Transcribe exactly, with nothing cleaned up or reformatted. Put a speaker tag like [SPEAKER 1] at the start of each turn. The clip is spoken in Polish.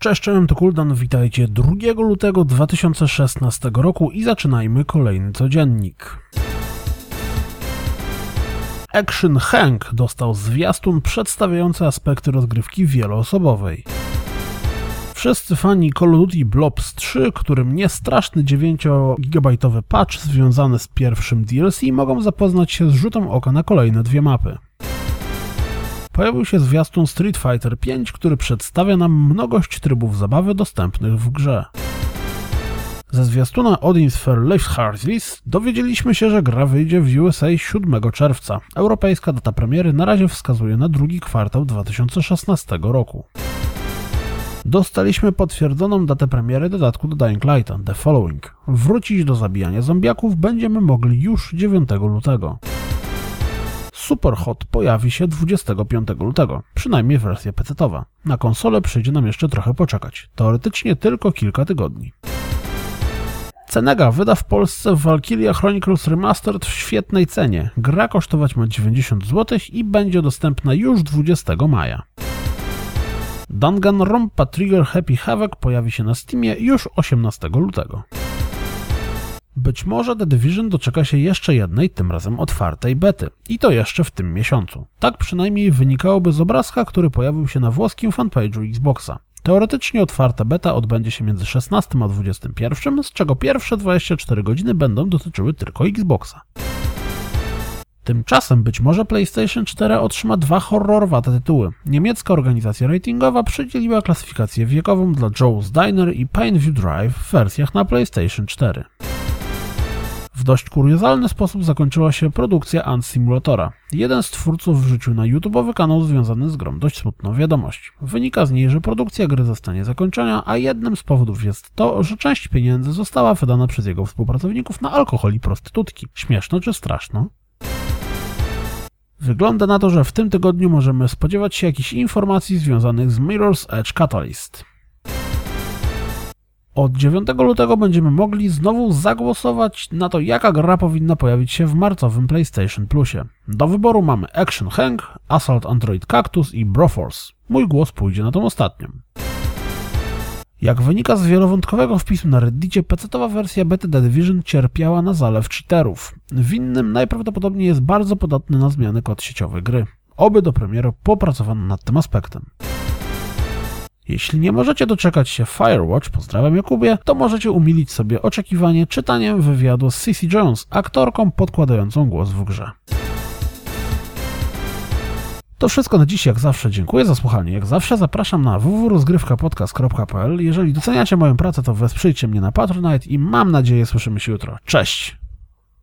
[SPEAKER 1] Cześć, cześć, to Kuldan, witajcie drugiego lutego dwa tysiące szesnastego roku i zaczynajmy kolejny codziennik. Action Hank dostał zwiastun przedstawiający aspekty rozgrywki wieloosobowej. Wszyscy fani Call of Duty Black Ops trzy, którym niestraszny dziewięciogigabajtowy patch związany z pierwszym D L C, mogą zapoznać się z rzutem oka na kolejne dwie mapy. Pojawił się zwiastun Street Fighter pięć, który przedstawia nam mnogość trybów zabawy dostępnych w grze. Ze zwiastuna Odin's Fair Life Hardys dowiedzieliśmy się, że gra wyjdzie w U S A siódmego czerwca. Europejska data premiery na razie wskazuje na drugi kwartał dwa tysiące szesnastego roku. Dostaliśmy potwierdzoną datę premiery dodatku do Dying Lighta, The Following. Wrócić do zabijania zombiaków będziemy mogli już dziewiątego lutego. Superhot pojawi się dwudziestego piątego lutego, przynajmniej wersja pecetowa. Na konsolę przyjdzie nam jeszcze trochę poczekać, teoretycznie tylko kilka tygodni. Cenega wyda w Polsce Valkyria Chronicles Remastered w świetnej cenie. Gra kosztować ma dziewięćdziesiąt złotych i będzie dostępna już dwudziestego maja. Danganronpa Trigger Happy Havoc pojawi się na Steamie już osiemnastego lutego. Być może The Division doczeka się jeszcze jednej, tym razem otwartej bety. I to jeszcze w tym miesiącu. Tak przynajmniej wynikałoby z obrazka, który pojawił się na włoskim fanpage'u Xboxa. Teoretycznie otwarta beta odbędzie się między szesnastym a dwudziestym pierwszym, z czego pierwsze dwadzieścia cztery godziny będą dotyczyły tylko Xboxa. Tymczasem być może PlayStation cztery otrzyma dwa horrorowate tytuły. Niemiecka organizacja ratingowa przydzieliła klasyfikację wiekową dla Joe's Diner i Plainview Drive w wersjach na PlayStation cztery. W dość kuriozalny sposób zakończyła się produkcja Ant Simulatora. Jeden z twórców wrzucił na YouTube'owy kanał związany z grą dość smutną wiadomość. Wynika z niej, że produkcja gry zostanie zakończona, a jednym z powodów jest to, że część pieniędzy została wydana przez jego współpracowników na alkohol i prostytutki. Śmieszno czy straszno? Wygląda na to, że w tym tygodniu możemy spodziewać się jakichś informacji związanych z Mirror's Edge Catalyst. Od dziewiątego lutego będziemy mogli znowu zagłosować na to, jaka gra powinna pojawić się w marcowym PlayStation Plusie. Do wyboru mamy Action Hank, Assault Android Cactus i Broforce. Mój głos pójdzie na tą ostatnią. Jak wynika z wielowątkowego wpisu na Reddicie, pecetowa wersja bety The Division cierpiała na zalew cheaterów. Winnym najprawdopodobniej jest bardzo podatny na zmiany kod sieciowy gry. Oby do premiery popracowano nad tym aspektem. Jeśli nie możecie doczekać się Firewatch, pozdrawiam Jakubie, to możecie umilić sobie oczekiwanie czytaniem wywiadu z Cissy Jones, aktorką podkładającą głos w grze. To wszystko na dziś, jak zawsze dziękuję za słuchanie, jak zawsze zapraszam na w w w kropka rozgrywka podcast kropka p l. Jeżeli doceniacie moją pracę, to wesprzyjcie mnie na Patronite i mam nadzieję słyszymy się jutro. Cześć!